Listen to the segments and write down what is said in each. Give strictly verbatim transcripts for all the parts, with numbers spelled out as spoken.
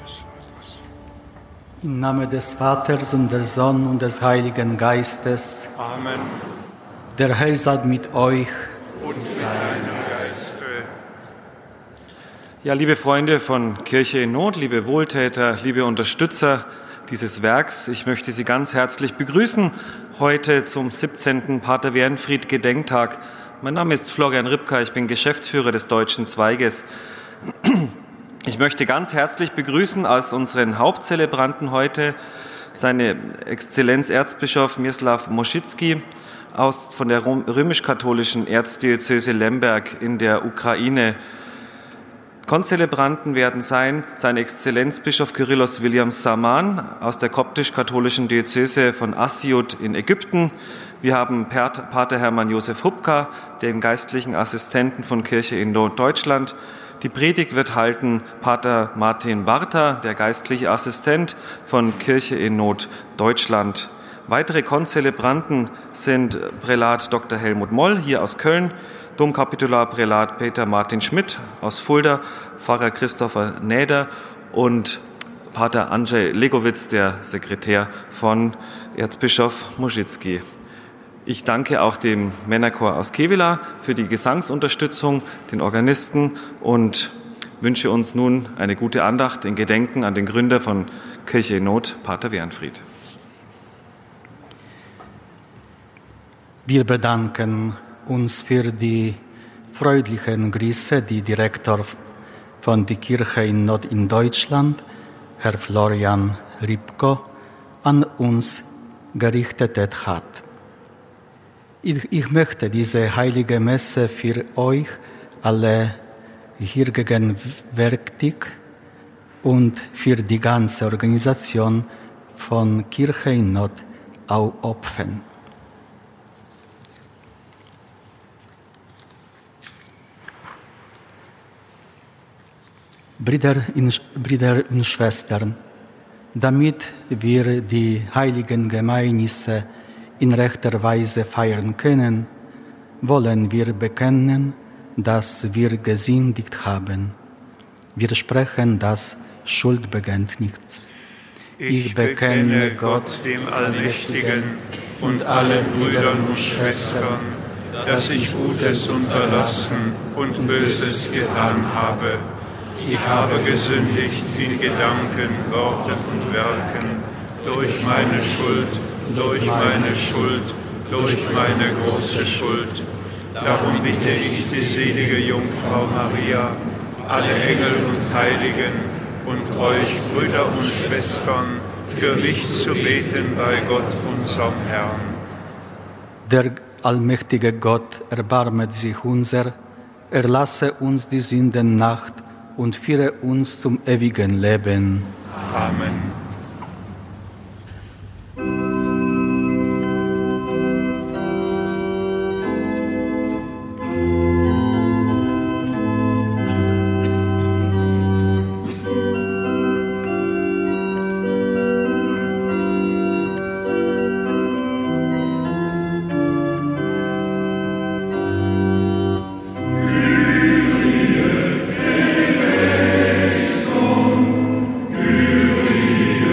Im Namen des Vaters und des Sohnes und des Heiligen Geistes. Amen. Der Herr sei mit euch. Und mit deinem Geiste. Ja, liebe Freunde von Kirche in Not, liebe Wohltäter, liebe Unterstützer dieses Werks, ich möchte Sie ganz herzlich begrüßen heute zum siebzehnten Pater Wernfried Gedenktag. Mein Name ist Florian Ripka, ich bin Geschäftsführer des deutschen Zweiges. Ich möchte ganz herzlich begrüßen als unseren Hauptzelebranten heute seine Exzellenz Erzbischof Miroslav Moschicki aus von der römisch-katholischen Erzdiözese Lemberg in der Ukraine. Konzelebranten werden sein seine Exzellenz Bischof Kyrillos Williams Saman aus der koptisch-katholischen Diözese von Asyut in Ägypten. Wir haben Pater Hermann Josef Hubka, den geistlichen Assistenten von Kirche in Not Deutschland. Die Predigt wird halten Pater Martin Barta, der geistliche Assistent von Kirche in Not Deutschland. Weitere Konzelebranten sind Prälat Doktor Helmut Moll hier aus Köln, Domkapitular Prälat Peter Martin Schmidt aus Fulda, Pfarrer Christopher Näder und Pater Andrzej Legowitz, der Sekretär von Erzbischof Moschicki. Ich danke auch dem Männerchor aus Kevela für die Gesangsunterstützung, den Organisten und wünsche uns nun eine gute Andacht in Gedenken an den Gründer von Kirche in Not, Pater Wernfried. Wir bedanken uns für die freundlichen Grüße, die Direktor von der Kirche in Not in Deutschland, Herr Florian Ripko, an uns gerichtet hat. Ich, ich möchte diese heilige Messe für euch alle hier gegenwärtig und für die ganze Organisation von Kirche in Not auch opfern. Brüder und, Brüder und Schwestern, damit wir die heiligen Geheimnisse in rechter Weise feiern können, wollen wir bekennen, dass wir gesündigt haben. Wir sprechen das Schuldbekenntnis. Ich bekenne Gott, dem Allmächtigen, und allen Brüdern und Schwestern, dass ich Gutes unterlassen und Böses getan habe. Ich habe gesündigt in Gedanken, Worten und Werken, durch meine Schuld, durch meine Schuld, durch meine große Schuld. Darum bitte ich die selige Jungfrau Maria, alle Engel und Heiligen und euch, Brüder und Schwestern, für mich zu beten bei Gott, unserem Herrn. Der allmächtige Gott erbarme sich unser, erlasse uns die Sündennacht und führe uns zum ewigen Leben. Amen. Kyrie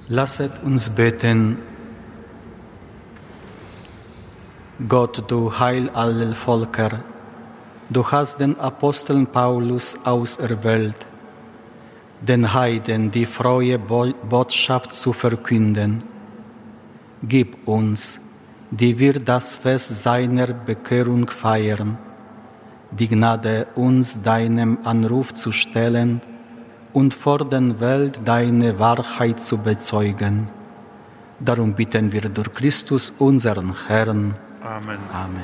Lasset uns beten. Gott, du Heil aller Völker, du hast den Apostel Paulus auserwählt, den Heiden die frohe Botschaft zu verkünden. Gib uns, die wir das Fest seiner Bekehrung feiern, die Gnade, uns deinem Anruf zu stellen und vor der Welt deine Wahrheit zu bezeugen. Darum bitten wir durch Christus, unseren Herrn. Amen. Amen.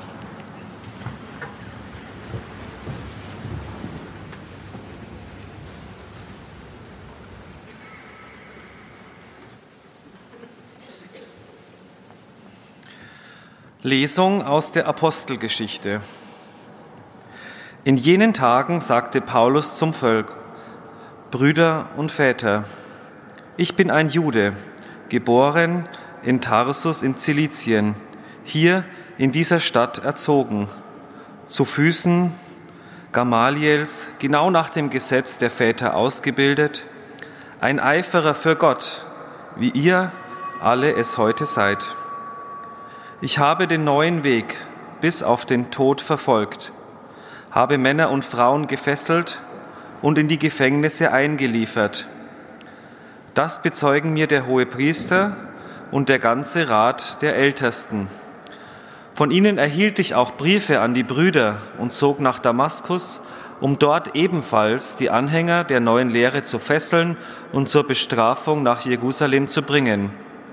Lesung aus der Apostelgeschichte. In jenen Tagen sagte Paulus zum Volk: Brüder und Väter, ich bin ein Jude, geboren in Tarsus in Zilizien, hier in dieser Stadt erzogen, zu Füßen Gamaliels, genau nach dem Gesetz der Väter ausgebildet, ein Eiferer für Gott, wie ihr alle es heute seid. Ich habe den neuen Weg bis auf den Tod verfolgt, habe Männer und Frauen gefesselt und in die Gefängnisse eingeliefert. Das bezeugen mir der Hohepriester und der ganze Rat der Ältesten. Von ihnen erhielt ich auch Briefe an die Brüder und zog nach Damaskus, um dort ebenfalls die Anhänger der neuen Lehre zu fesseln und zur Bestrafung nach Jerusalem zu bringen.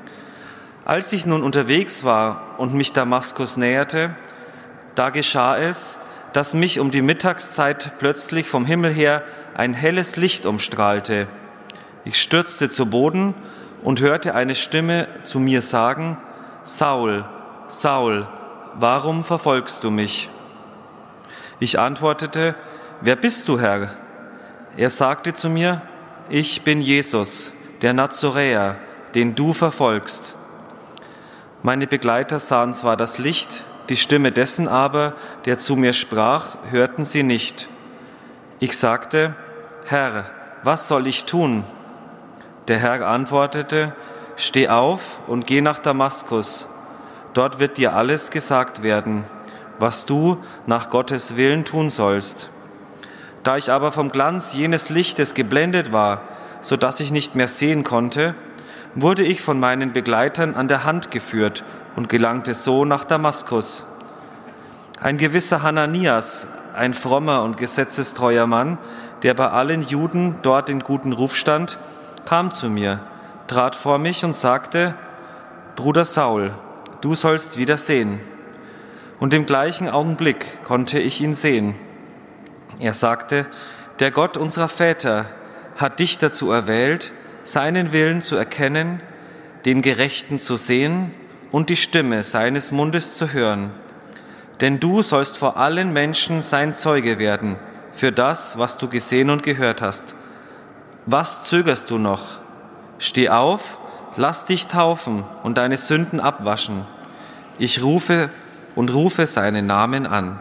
Als ich nun unterwegs war und mich Damaskus näherte, da geschah es, dass mich um die Mittagszeit plötzlich vom Himmel her ein helles Licht umstrahlte. Ich stürzte zu Boden und hörte eine Stimme zu mir sagen: Saul, Saul, warum verfolgst du mich? Ich antwortete: Wer bist du, Herr? Er sagte zu mir: Ich bin Jesus, der Nazoräer, den du verfolgst. Meine Begleiter sahen zwar das Licht, die Stimme dessen aber, der zu mir sprach, hörten sie nicht. Ich sagte: Herr, was soll ich tun? Der Herr antwortete: Steh auf und geh nach Damaskus. Dort wird dir alles gesagt werden, was du nach Gottes Willen tun sollst. Da ich aber vom Glanz jenes Lichtes geblendet war, so dass ich nicht mehr sehen konnte, wurde ich von meinen Begleitern an der Hand geführt und gelangte so nach Damaskus. Ein gewisser Hananias, ein frommer und gesetzestreuer Mann, der bei allen Juden dort in guten Ruf stand, kam zu mir, trat vor mich und sagte: Bruder Saul, du sollst wieder sehen. Und im gleichen Augenblick konnte ich ihn sehen. Er sagte: Der Gott unserer Väter hat dich dazu erwählt, seinen Willen zu erkennen, den Gerechten zu sehen und die Stimme seines Mundes zu hören. Denn du sollst vor allen Menschen sein Zeuge werden für das, was du gesehen und gehört hast. Was zögerst du noch? Steh auf, lass dich taufen und deine Sünden abwaschen. Ich rufe und rufe seinen Namen an.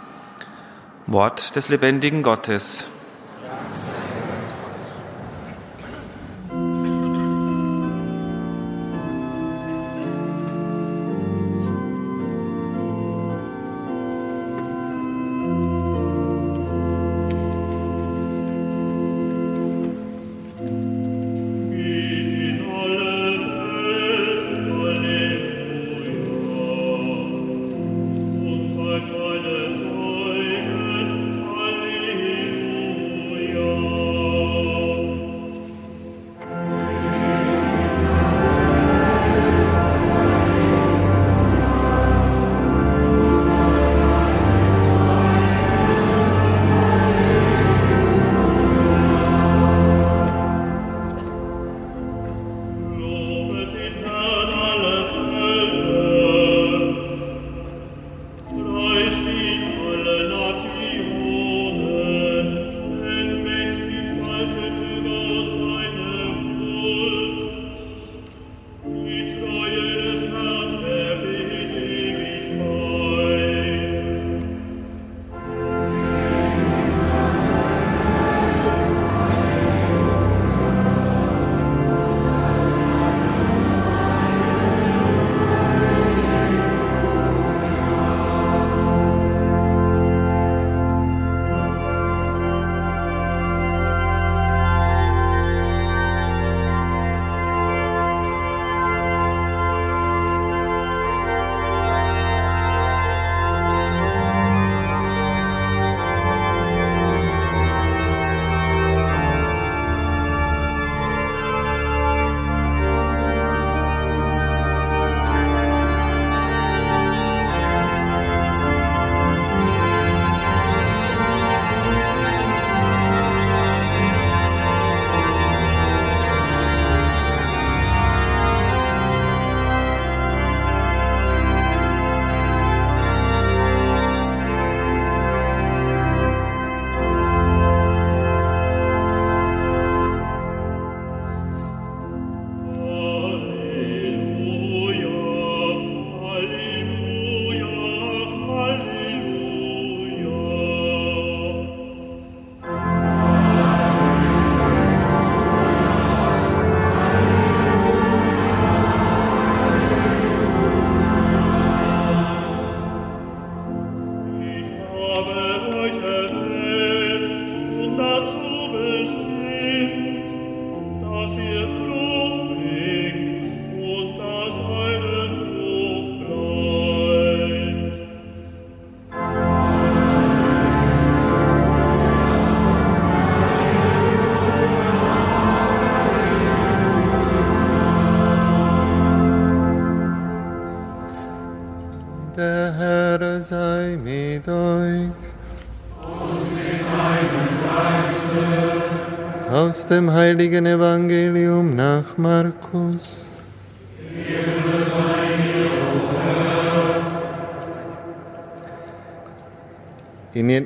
Wort des lebendigen Gottes. Halleluja. Der Herr sei mit euch. Und mit deinem Geiste. Aus dem heiligen Evangelium nach Markus. Ehre sei dir, o Herr. In jen-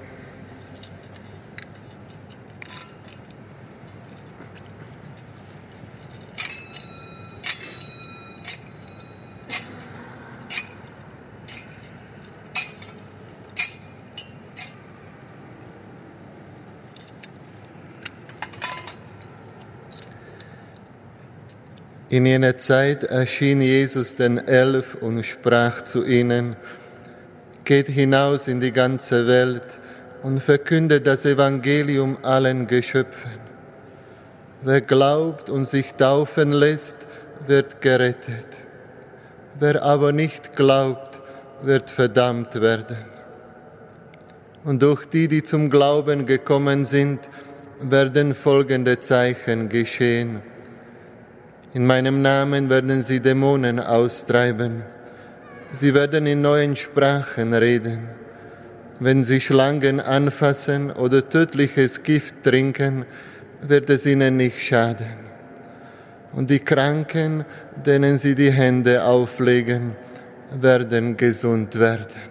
In jener Zeit erschien Jesus den Elf und sprach zu ihnen: Geht hinaus in die ganze Welt und verkündet das Evangelium allen Geschöpfen. Wer glaubt und sich taufen lässt, wird gerettet. Wer aber nicht glaubt, wird verdammt werden. Und durch die, die zum Glauben gekommen sind, werden folgende Zeichen geschehen. In meinem Namen werden sie Dämonen austreiben. Sie werden in neuen Sprachen reden. Wenn sie Schlangen anfassen oder tödliches Gift trinken, wird es ihnen nicht schaden. Und die Kranken, denen sie die Hände auflegen, werden gesund werden.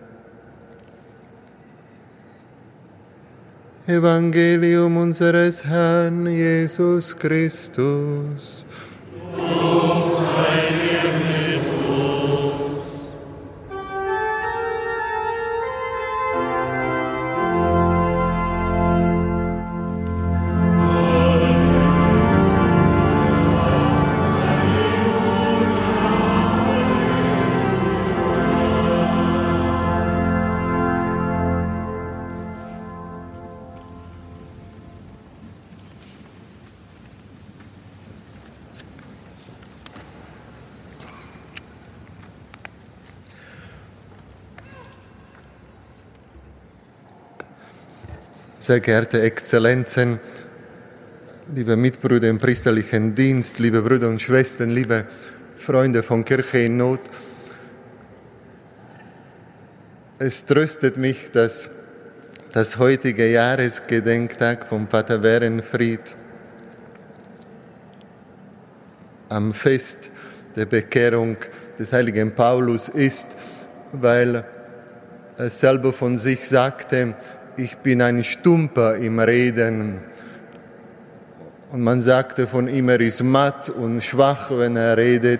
Evangelium unseres Herrn Jesus Christus. Lob sei dir, Christus. Sehr geehrte Exzellenzen, liebe Mitbrüder im priesterlichen Dienst, liebe Brüder und Schwestern, liebe Freunde von Kirche in Not. Es tröstet mich, dass das heutige Jahresgedenktag vom Pater Werenfried am Fest der Bekehrung des heiligen Paulus ist, weil er selber von sich sagte: Ich bin ein Stumper im Reden. Und man sagte von ihm, er ist matt und schwach, wenn er redet.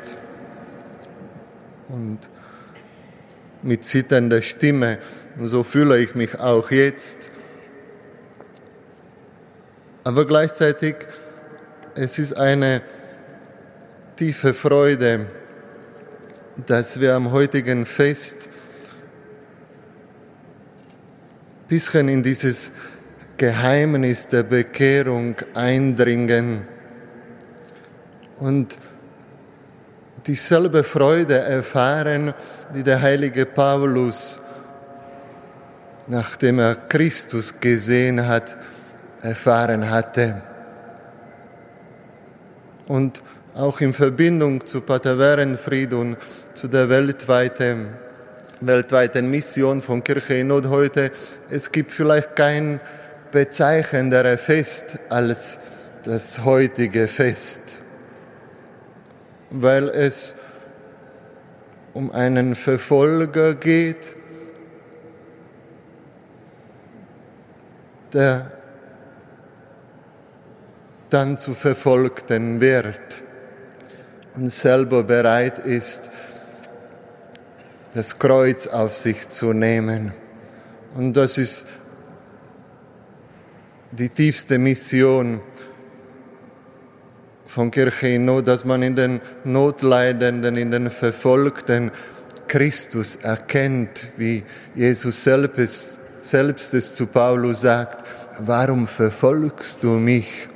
Und mit zitternder Stimme. Und so fühle ich mich auch jetzt. Aber gleichzeitig, es ist eine tiefe Freude, dass wir am heutigen Fest bisschen in dieses Geheimnis der Bekehrung eindringen und dieselbe Freude erfahren, die der heilige Paulus, nachdem er Christus gesehen hat, erfahren hatte. Und auch in Verbindung zu Pater Werenfried und zu der weltweiten weltweiten Mission von Kirche in Not heute, es gibt vielleicht kein bezeichnenderes Fest als das heutige Fest, weil es um einen Verfolger geht, der dann zu Verfolgten wird und selber bereit ist, das Kreuz auf sich zu nehmen. Und das ist die tiefste Mission von Kirche in Not, dass man in den Notleidenden, in den Verfolgten Christus erkennt, wie Jesus selbst, selbst es zu Paulus sagt: Warum verfolgst du mich?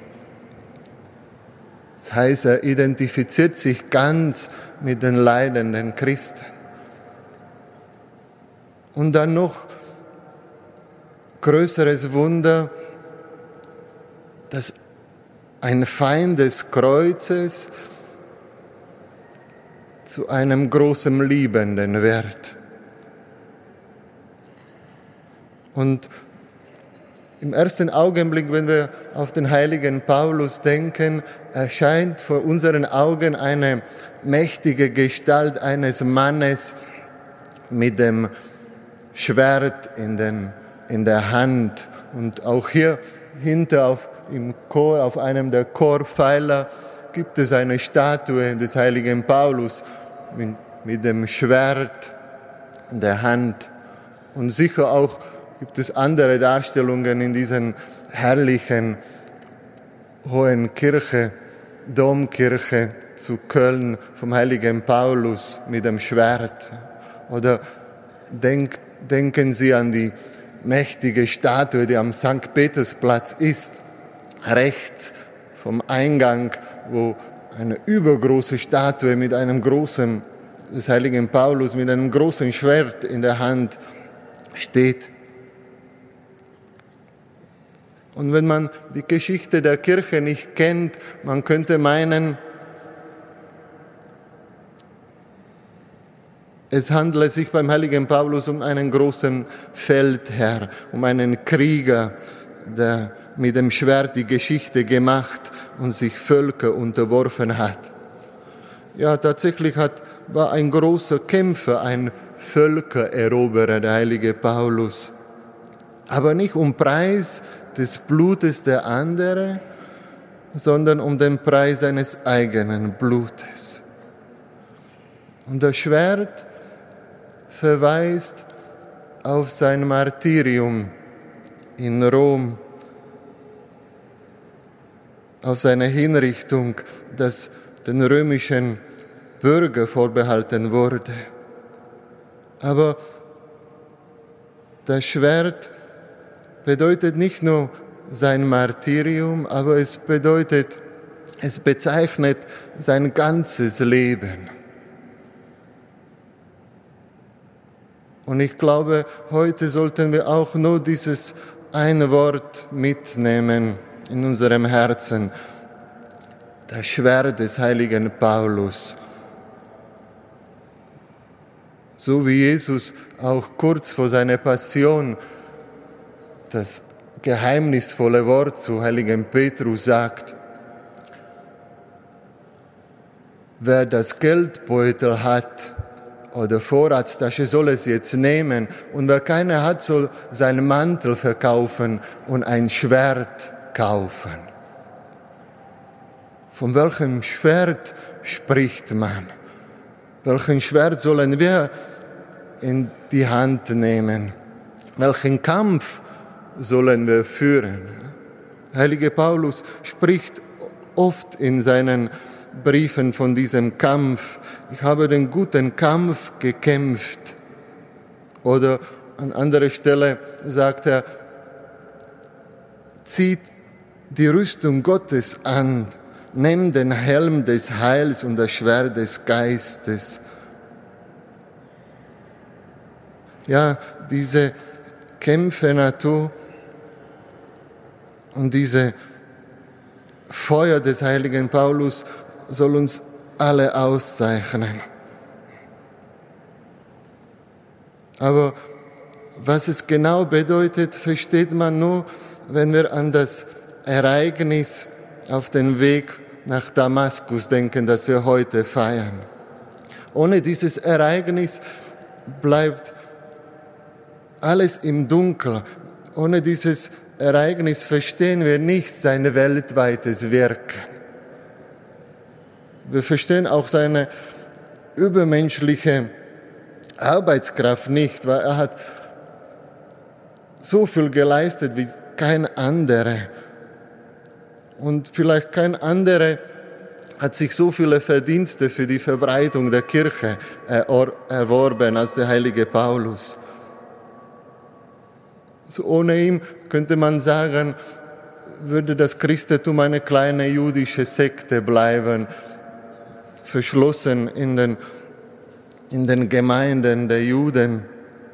Das heißt, er identifiziert sich ganz mit den leidenden Christen. Und dann noch größeres Wunder, dass ein Feind des Kreuzes zu einem großen Liebenden wird. Und im ersten Augenblick, wenn wir auf den heiligen Paulus denken, erscheint vor unseren Augen eine mächtige Gestalt eines Mannes mit dem Schwert in, den, in der Hand. Und auch hier hinter auf, im Chor, auf einem der Chorpfeiler, gibt es eine Statue des heiligen Paulus mit, mit dem Schwert in der Hand. Und sicher auch gibt es andere Darstellungen in diesen herrlichen hohen Kirche, Domkirche zu Köln vom heiligen Paulus mit dem Schwert. Oder denk, denken Sie an die mächtige Statue, die am Sankt Petersplatz ist, rechts vom Eingang, wo eine übergroße Statue mit einem großen, des heiligen Paulus mit einem großen Schwert in der Hand steht. Und wenn man die Geschichte der Kirche nicht kennt, man könnte meinen, es handle sich beim heiligen Paulus um einen großen Feldherr, um einen Krieger, der mit dem Schwert die Geschichte gemacht und sich Völker unterworfen hat. Ja, tatsächlich hat, war ein großer Kämpfer, ein Völkereroberer, der heilige Paulus. Aber nicht um Preis des Blutes der anderen, sondern um den Preis seines eigenen Blutes. Und das Schwert verweist auf sein Martyrium in Rom, auf seine Hinrichtung, das den römischen Bürgern vorbehalten wurde. Aber das Schwert bedeutet nicht nur sein Martyrium, aber es bedeutet, es bezeichnet sein ganzes Leben. Und ich glaube, heute sollten wir auch nur dieses ein Wort mitnehmen in unserem Herzen. Das Schwert des heiligen Paulus. So wie Jesus auch kurz vor seiner Passion das geheimnisvolle Wort zu heiligen Petrus sagt: Wer das Geldbeutel hat oder Vorratstasche, soll es jetzt nehmen, und wer keine hat, soll seinen Mantel verkaufen und ein Schwert kaufen. Von welchem Schwert spricht man? Welchen Schwert sollen wir in die Hand nehmen? Welchen Kampf sollen wir führen? Heilige Paulus spricht oft in seinen Briefen von diesem Kampf. Ich habe den guten Kampf gekämpft. Oder an anderer Stelle sagt er, zieht die Rüstung Gottes an, nehmt den Helm des Heils und das Schwert des Geistes. Ja, diese Kämpfernatur und diese Feuer des heiligen Paulus soll uns alle auszeichnen. Aber was es genau bedeutet, versteht man nur, wenn wir an das Ereignis auf den Weg nach Damaskus denken, das wir heute feiern. Ohne dieses Ereignis bleibt alles im Dunkeln. Ohne dieses Ereignis verstehen wir nicht sein weltweites Wirken. Wir verstehen auch seine übermenschliche Arbeitskraft nicht, weil er hat so viel geleistet wie kein anderer. Und vielleicht kein anderer hat sich so viele Verdienste für die Verbreitung der Kirche erworben als der heilige Paulus. So ohne ihn könnte man sagen, würde das Christentum eine kleine jüdische Sekte bleiben, verschlossen in den, in den Gemeinden der Juden.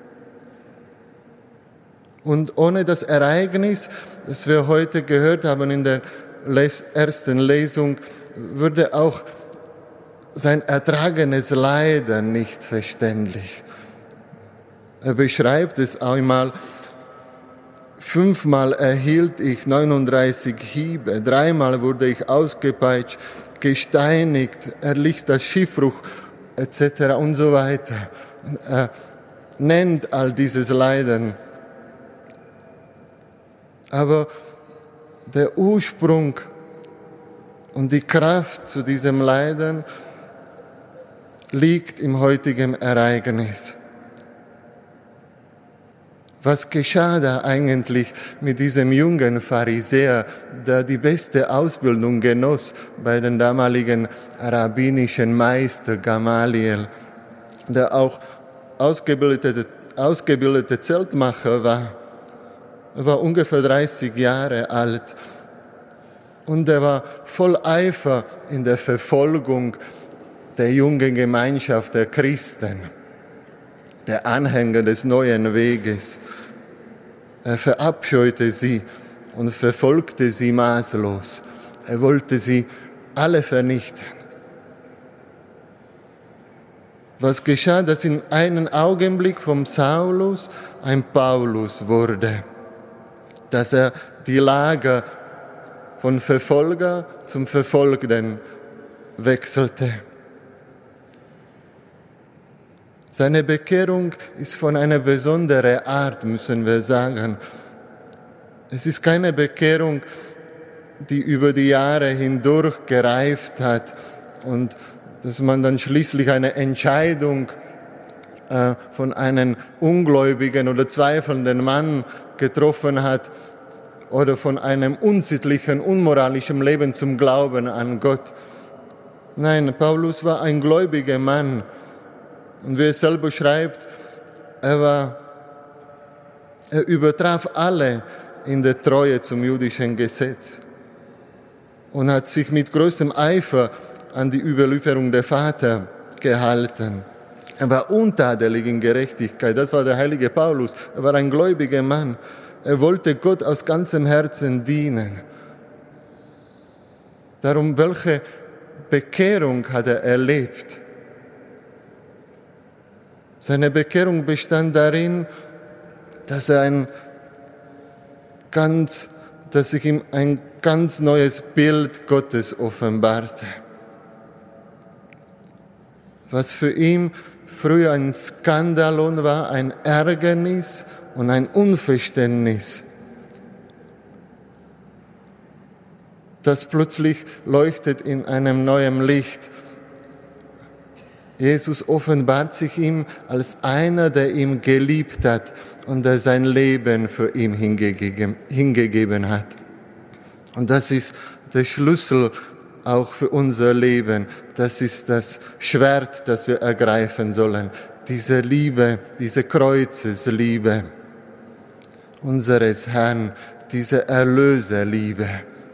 Und ohne das Ereignis, das wir heute gehört haben in der ersten Lesung, würde auch sein ertragenes Leiden nicht verständlich. Er beschreibt es einmal: Fünfmal erhielt ich neununddreißig Hiebe, dreimal wurde ich ausgepeitscht, gesteinigt, erlitt das Schiffbruch et cetera und so weiter. Und er nennt all dieses Leiden. Aber der Ursprung und die Kraft zu diesem Leiden liegt im heutigen Ereignis. Was geschah da eigentlich mit diesem jungen Pharisäer, der die beste Ausbildung genoss bei den damaligen rabbinischen Meister Gamaliel, der auch ausgebildete, ausgebildete Zeltmacher war? Er war ungefähr dreißig Jahre alt und er war voll Eifer in der Verfolgung der jungen Gemeinschaft der Christen, der Anhänger des neuen Weges. Er verabscheute sie und verfolgte sie maßlos. Er wollte sie alle vernichten. Was geschah, dass in einem Augenblick vom Saulus ein Paulus wurde, dass er die Lager von Verfolger zum Verfolgten wechselte. Seine Bekehrung ist von einer besonderen Art, müssen wir sagen. Es ist keine Bekehrung, die über die Jahre hindurch gereift hat und dass man dann schließlich eine Entscheidung äh, von einem ungläubigen oder zweifelnden Mann getroffen hat oder von einem unsittlichen, unmoralischen Leben zum Glauben an Gott. Nein, Paulus war ein gläubiger Mann. Und wie er selber schreibt, er, war, er übertraf alle in der Treue zum jüdischen Gesetz und hat sich mit größtem Eifer an die Überlieferung der Vater gehalten. Er war untadelig in Gerechtigkeit, das war der heilige Paulus. Er war ein gläubiger Mann. Er wollte Gott aus ganzem Herzen dienen. Darum, welche Bekehrung hat er erlebt? Seine Bekehrung bestand darin, dass er ein ganz, dass sich ihm ein ganz neues Bild Gottes offenbarte. Was für ihn früher ein Skandalon war, ein Ärgernis und ein Unverständnis, das plötzlich leuchtet in einem neuen Licht. Jesus offenbart sich ihm als einer, der ihn geliebt hat und der sein Leben für ihn hingegeben, hingegeben hat. Und das ist der Schlüssel auch für unser Leben. Das ist das Schwert, das wir ergreifen sollen. Diese Liebe, diese Kreuzesliebe unseres Herrn, diese Erlöserliebe.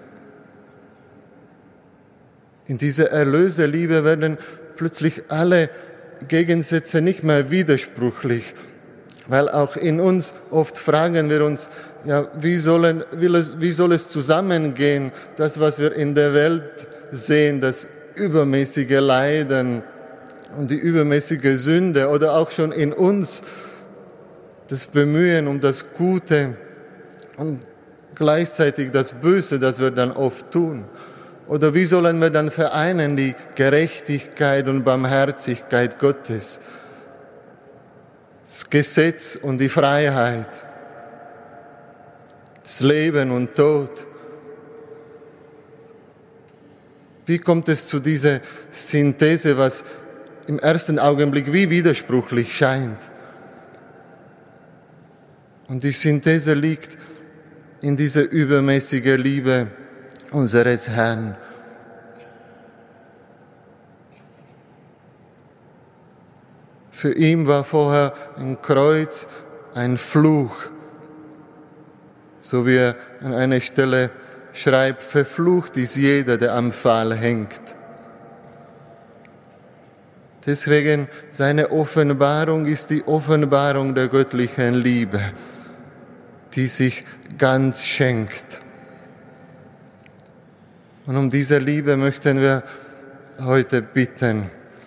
In dieser Erlöserliebe werden plötzlich alle Gegensätze nicht mehr widersprüchlich, weil auch in uns oft fragen wir uns, ja, wie, sollen, wie, es, wie soll es zusammengehen, das, was wir in der Welt sehen, das übermäßige Leiden und die übermäßige Sünde oder auch schon in uns das Bemühen um das Gute und gleichzeitig das Böse, das wir dann oft tun. Oder wie sollen wir dann vereinen die Gerechtigkeit und Barmherzigkeit Gottes, das Gesetz und die Freiheit, das Leben und Tod? Wie kommt es zu dieser Synthese, was im ersten Augenblick wie widersprüchlich scheint? Und die Synthese liegt in dieser übermäßigen Liebe unseres Herrn. Für ihn war vorher ein Kreuz ein Fluch, so wie er an einer Stelle schreibt, verflucht ist jeder, der am Pfahl hängt. Deswegen seine Offenbarung ist die Offenbarung der göttlichen Liebe, die sich ganz schenkt. Und um diese Liebe möchten wir heute bitten.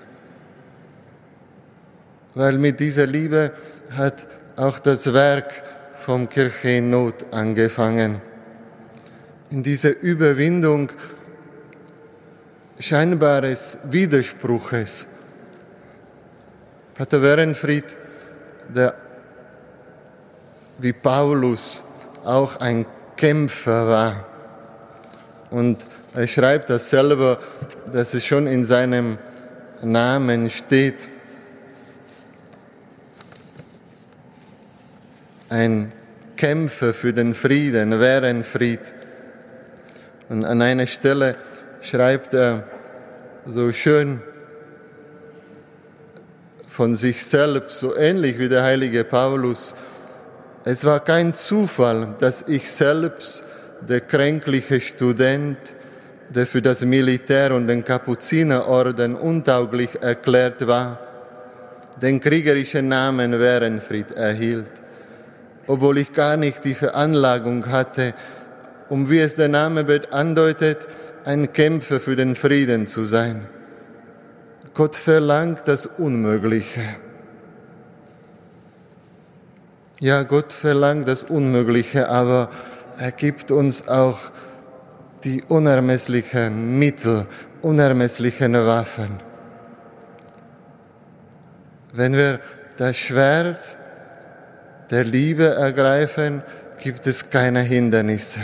Weil mit dieser Liebe hat auch das Werk vom Kirche in Not angefangen. In dieser Überwindung scheinbares Widerspruches. Pater Werenfried, der wie Paulus auch ein Kämpfer war. Und er schreibt das selber, dass es schon in seinem Namen steht. Ein Kämpfer für den Frieden, Werenfried. Und an einer Stelle schreibt er so schön von sich selbst, so ähnlich wie der heilige Paulus: Es war kein Zufall, dass ich selbst, der kränkliche Student, der für das Militär und den Kapuzinerorden untauglich erklärt war, den kriegerischen Namen Werenfried erhielt, obwohl ich gar nicht die Veranlagung hatte, um, wie es der Name andeutet, ein Kämpfer für den Frieden zu sein. Gott verlangt das Unmögliche. Ja, Gott verlangt das Unmögliche, aber er gibt uns auch die unermesslichen Mittel, unermesslichen Waffen. Wenn wir das Schwert der Liebe ergreifen, gibt es keine Hindernisse.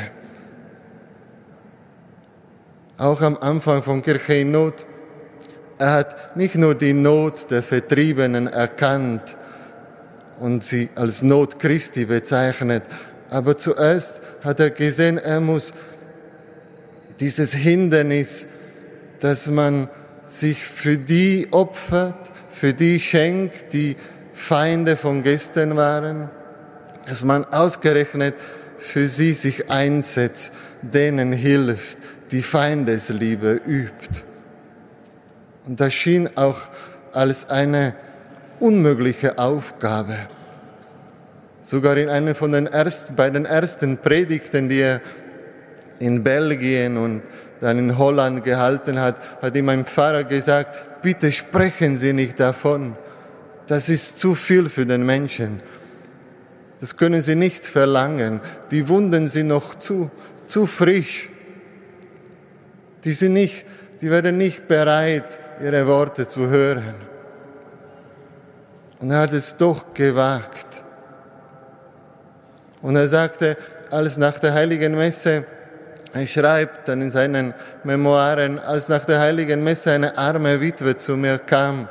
Auch am Anfang von Kirche in Not, er hat nicht nur die Not der Vertriebenen erkannt und sie als Not Christi bezeichnet, aber zuerst hat er gesehen, er muss dieses Hindernis, dass man sich für die opfert, für die schenkt, die Feinde von gestern waren, dass man ausgerechnet für sie sich einsetzt, denen hilft, die Feindesliebe übt. Und das schien auch als eine unmögliche Aufgabe. Sogar in einer von den ersten, bei den ersten Predigten, die er in Belgien und dann in Holland gehalten hat, hat ihm ein Pfarrer gesagt: Bitte sprechen Sie nicht davon. Das ist zu viel für den Menschen. Das können Sie nicht verlangen. Die Wunden sind noch zu, zu frisch. Die sind nicht, die werden nicht bereit, Ihre Worte zu hören. Und er hat es doch gewagt. Und er sagte, als nach der Heiligen Messe, er schreibt dann in seinen Memoiren, als nach der Heiligen Messe eine arme Witwe zu mir kam,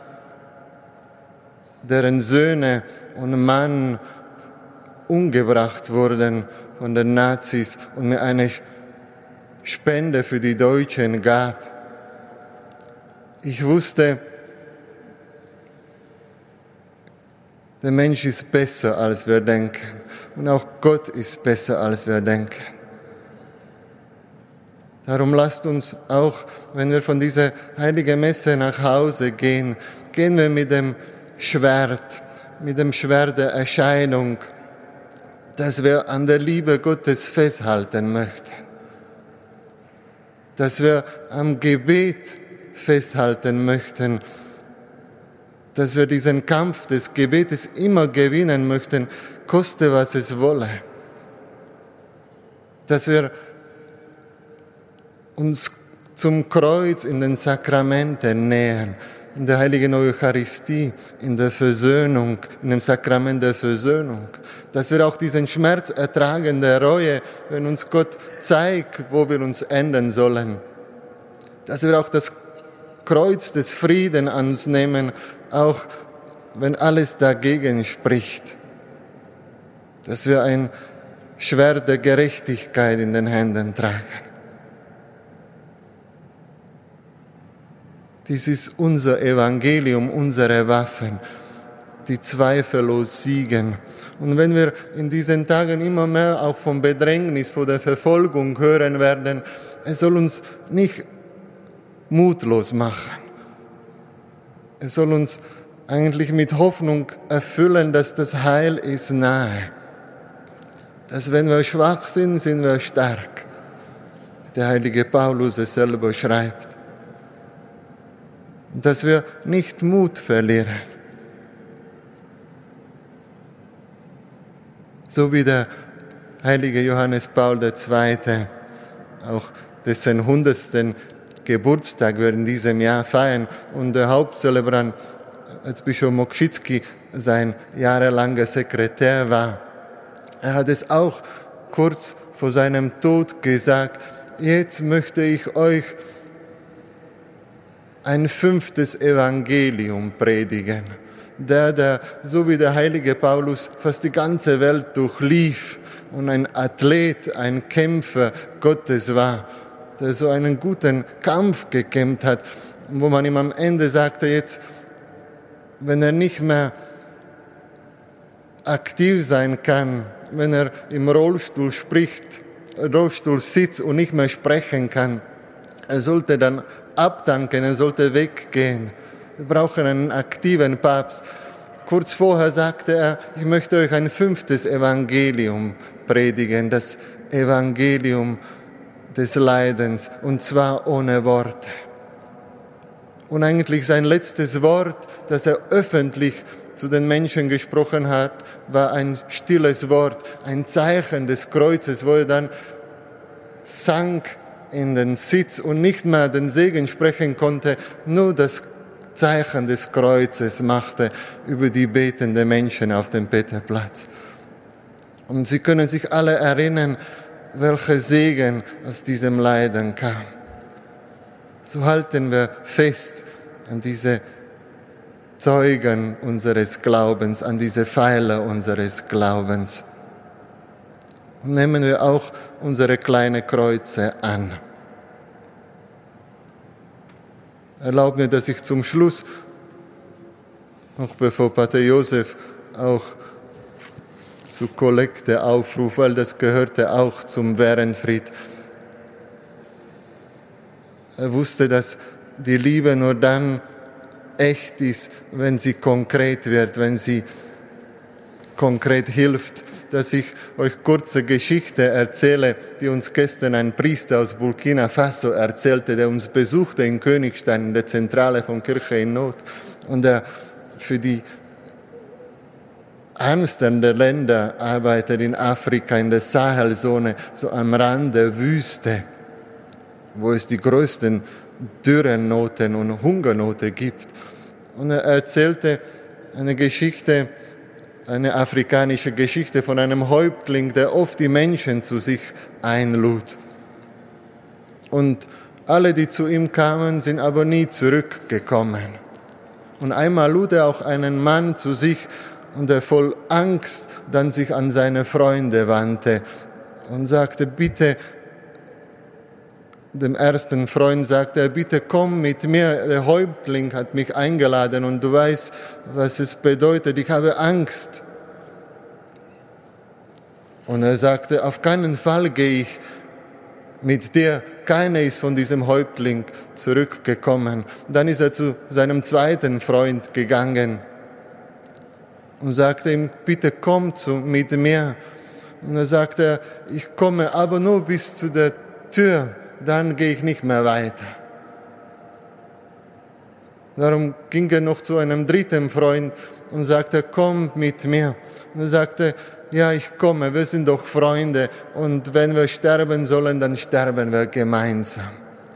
deren Söhne und Mann umgebracht wurden von den Nazis und mir eine Spende für die Deutschen gab. Ich wusste, der Mensch ist besser, als wir denken. Und auch Gott ist besser, als wir denken. Darum lasst uns auch, wenn wir von dieser heiligen Messe nach Hause gehen, gehen wir mit dem Schwert, mit dem Schwert der Erscheinung, dass wir an der Liebe Gottes festhalten möchten. Dass wir am Gebet festhalten möchten, dass wir diesen Kampf des Gebetes immer gewinnen möchten, koste was es wolle. Dass wir uns zum Kreuz in den Sakramenten nähern, in der heiligen Eucharistie, in der Versöhnung, in dem Sakrament der Versöhnung. Dass wir auch diesen Schmerz ertragen der Reue, wenn uns Gott zeigt, wo wir uns ändern sollen. Dass wir auch das Kreuz des Friedens an uns nehmen, auch wenn alles dagegen spricht. Dass wir ein Schwert der Gerechtigkeit in den Händen tragen. Dies ist unser Evangelium, unsere Waffen, die zweifellos siegen. Und wenn wir in diesen Tagen immer mehr auch vom Bedrängnis, von der Verfolgung hören werden, es soll uns nicht mutlos machen. Es soll uns eigentlich mit Hoffnung erfüllen, dass das Heil ist nahe. Dass wenn wir schwach sind, sind wir stark. Der heilige Paulus es selber schreibt. dass wir nicht Mut verlieren. So wie der heilige Johannes Paul der Zweite, auch dessen hundertsten Geburtstag wir in diesem Jahr feiern und der Hauptzelebrant Erzbischof Mokrzycki sein jahrelanger Sekretär war. Er hat es auch kurz vor seinem Tod gesagt: Jetzt möchte ich euch ein fünftes Evangelium predigen. Der, der, so wie der heilige Paulus, fast die ganze Welt durchlief und ein Athlet, ein Kämpfer Gottes war, der so einen guten Kampf gekämpft hat, wo man ihm am Ende sagte, jetzt, wenn er nicht mehr aktiv sein kann, wenn er im Rollstuhl spricht, Rollstuhl sitzt und nicht mehr sprechen kann, er sollte dann abdanken, er sollte weggehen. Wir brauchen einen aktiven Papst. Kurz vorher sagte er, ich möchte euch ein fünftes Evangelium predigen, das Evangelium des Leidens, und zwar ohne Worte. Und eigentlich sein letztes Wort, das er öffentlich zu den Menschen gesprochen hat, war ein stilles Wort, ein Zeichen des Kreuzes, wo er dann sank in den Sitz und nicht mehr den Segen sprechen konnte, nur das Zeichen des Kreuzes machte über die betenden Menschen auf dem Peterplatz. Und Sie können sich alle erinnern, welcher Segen aus diesem Leiden kam. So halten wir fest an diese Zeugen unseres Glaubens, an diese Pfeiler unseres Glaubens. Und nehmen wir auch unsere kleinen Kreuze an. Erlaubt mir, dass ich zum Schluss, noch bevor Pater Josef auch zur Kollekte aufruft, weil das gehörte auch zum Werenfried. Er wusste, dass die Liebe nur dann echt ist, wenn sie konkret wird, wenn sie konkret hilft. Dass ich euch kurze Geschichte erzähle, die uns gestern ein Priester aus Burkina Faso erzählte, der uns besuchte in Königstein, in der Zentrale von Kirche in Not. Und er für die ärmsten der Länder arbeitet in Afrika, in der Sahelzone, so am Rand der Wüste, wo es die größten Dürrennoten und Hungernote gibt. Und er erzählte eine Geschichte, eine afrikanische Geschichte von einem Häuptling, der oft die Menschen zu sich einlud. Und alle, die zu ihm kamen, sind aber nie zurückgekommen. Und einmal lud er auch einen Mann zu sich, und er voll Angst dann sich an seine Freunde wandte und sagte, bitte, dem ersten Freund sagte er, bitte komm mit mir, der Häuptling hat mich eingeladen und du weißt, was es bedeutet, ich habe Angst. Und er sagte, auf keinen Fall gehe ich mit dir, keiner ist von diesem Häuptling zurückgekommen. Dann ist er zu seinem zweiten Freund gegangen und sagte ihm, bitte komm zu, mit mir. Und er sagte, ich komme aber nur bis zu der Tür, dann gehe ich nicht mehr weiter. Darum ging er noch zu einem dritten Freund und sagte, komm mit mir. Und er sagte, ja, ich komme, wir sind doch Freunde und wenn wir sterben sollen, dann sterben wir gemeinsam.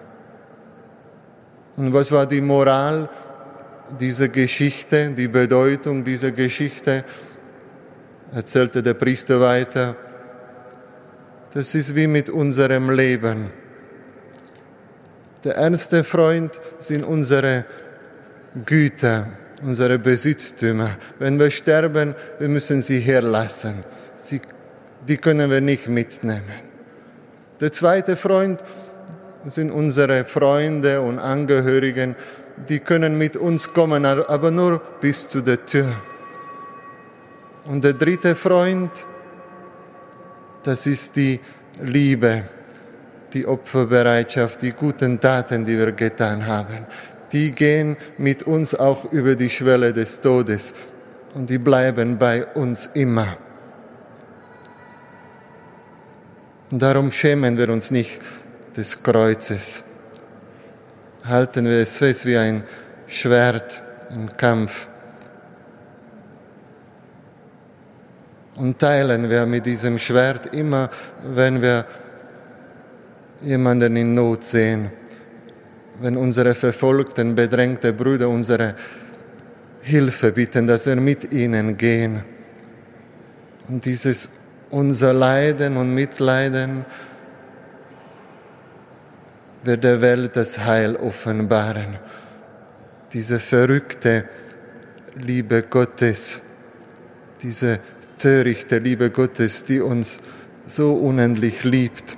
Und was war die Moral dieser Geschichte, die Bedeutung dieser Geschichte? Erzählte der Priester weiter, das ist wie mit unserem Leben. Der erste Freund sind unsere Güter, unsere Besitztümer. Wenn wir sterben, wir müssen sie herlassen. Sie, die können wir nicht mitnehmen. Der zweite Freund sind unsere Freunde und Angehörigen. Die können mit uns kommen, aber nur bis zu der Tür. Und der dritte Freund, das ist die Liebe, die Opferbereitschaft, die guten Taten, die wir getan haben. Die gehen mit uns auch über die Schwelle des Todes und die bleiben bei uns immer. Und darum schämen wir uns nicht des Kreuzes. Halten wir es fest wie ein Schwert im Kampf. Und teilen wir mit diesem Schwert immer, wenn wir jemanden in Not sehen, wenn unsere verfolgten, bedrängten Brüder unsere Hilfe bitten, dass wir mit ihnen gehen. Und dieses unser Leiden und Mitleiden wird der Welt das Heil offenbaren. Diese verrückte Liebe Gottes, diese törichte Liebe Gottes, die uns so unendlich liebt,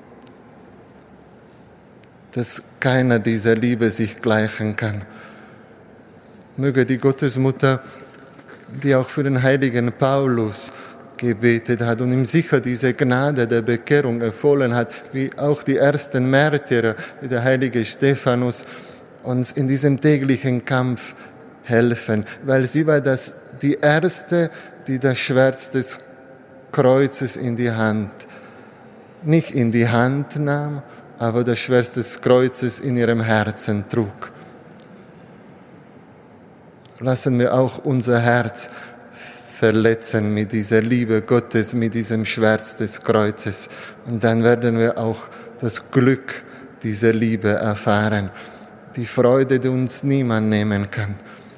dass keiner dieser Liebe sich gleichen kann. Möge die Gottesmutter, die auch für den heiligen Paulus gebetet hat und ihm sicher diese Gnade der Bekehrung erfohlen hat, wie auch die ersten Märtyrer, wie der heilige Stephanus, uns in diesem täglichen Kampf helfen, weil sie war das, die Erste, die das Schwert des Kreuzes in die Hand, nicht in die Hand nahm, aber das Schwert des Kreuzes in ihrem Herzen trug. Lassen wir auch unser Herz verletzen mit dieser Liebe Gottes, mit diesem Schwert des Kreuzes. Und dann werden wir auch das Glück dieser Liebe erfahren, die Freude, die uns niemand nehmen kann.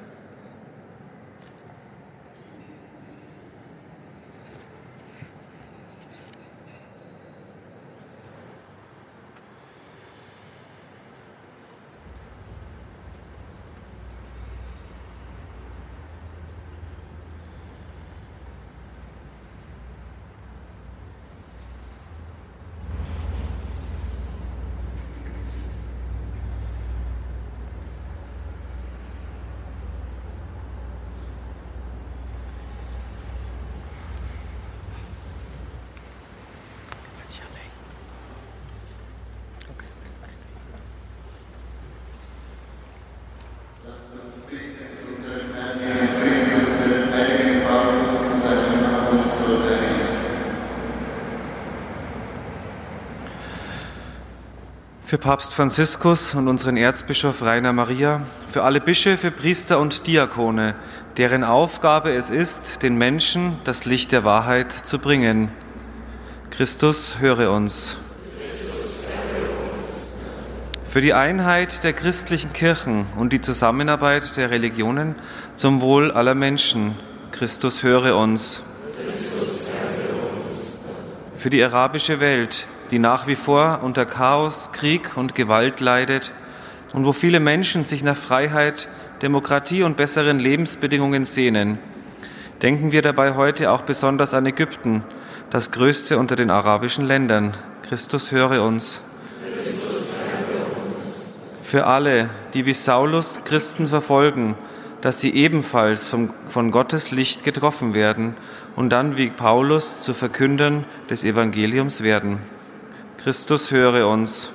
Für Papst Franziskus und unseren Erzbischof Rainer Maria, für alle Bischöfe, Priester und Diakone, deren Aufgabe es ist, den Menschen das Licht der Wahrheit zu bringen. Christus, höre uns. Für die Einheit der christlichen Kirchen und die Zusammenarbeit der Religionen zum Wohl aller Menschen. Christus, höre uns. Für die arabische Welt, die nach wie vor unter Chaos, Krieg und Gewalt leidet und wo viele Menschen sich nach Freiheit, Demokratie und besseren Lebensbedingungen sehnen. Denken wir dabei heute auch besonders an Ägypten, das größte unter den arabischen Ländern. Christus, höre uns. Für alle, die wie Saulus Christen verfolgen, dass sie ebenfalls vom, von Gottes Licht getroffen werden und dann wie Paulus zu Verkündern des Evangeliums werden. Christus, höre uns.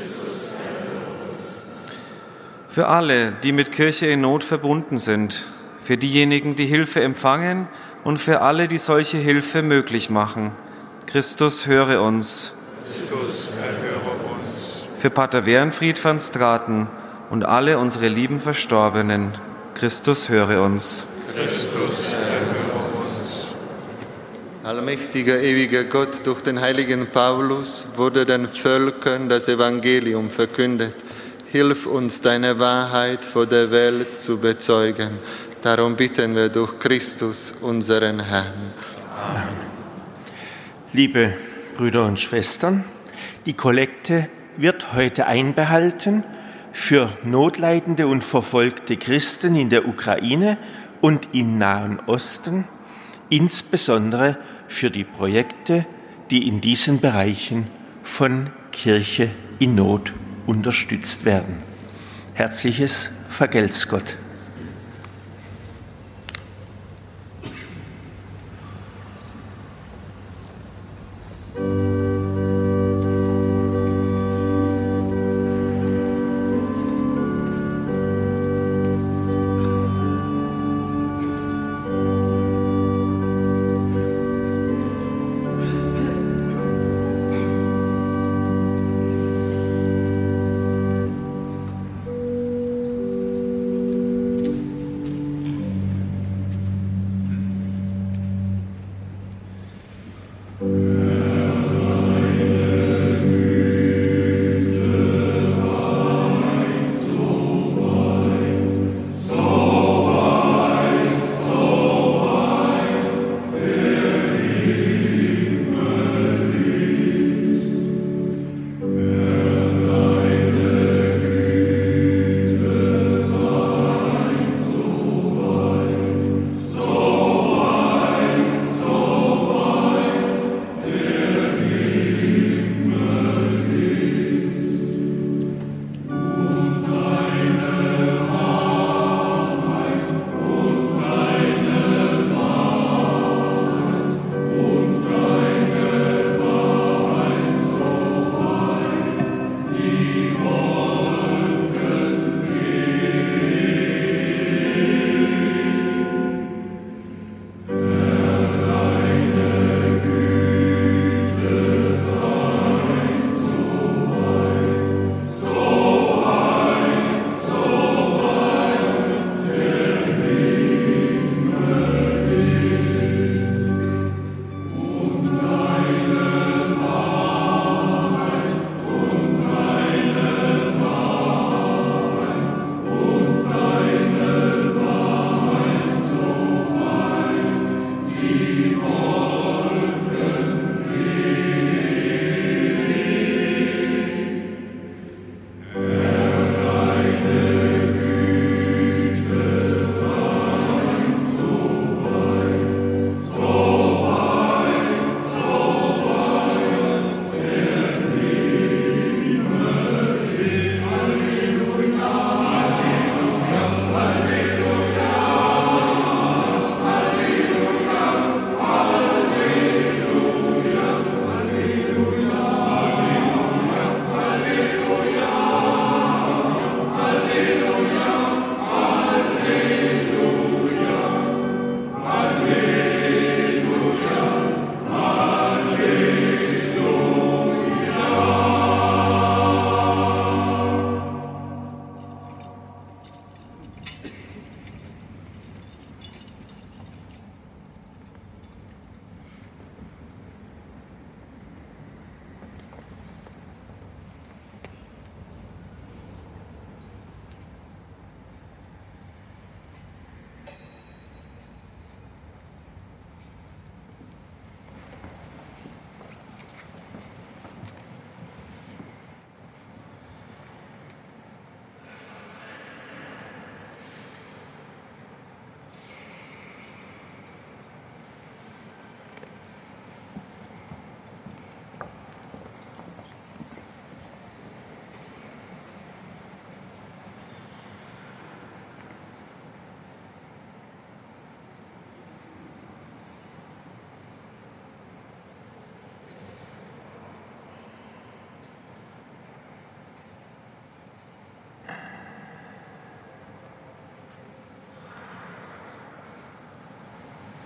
Für alle, die mit Kirche in Not verbunden sind, für diejenigen, die Hilfe empfangen und für alle, die solche Hilfe möglich machen. Christus, höre uns. Christus, erhöre uns. Für Pater Wernfried van Straten und alle unsere lieben Verstorbenen. Christus, höre uns. Christus, erhöre uns. Allmächtiger, ewiger Gott, durch den heiligen Paulus wurde den Völkern das Evangelium verkündet. Hilf uns, deine Wahrheit vor der Welt zu bezeugen. Darum bitten wir durch Christus, unseren Herrn. Amen. Liebe Brüder und Schwestern, die Kollekte wird heute einbehalten für notleidende und verfolgte Christen in der Ukraine und im Nahen Osten, insbesondere für die Projekte, die in diesen Bereichen von Kirche in Not unterstützt werden. Herzliches Vergelt's Gott.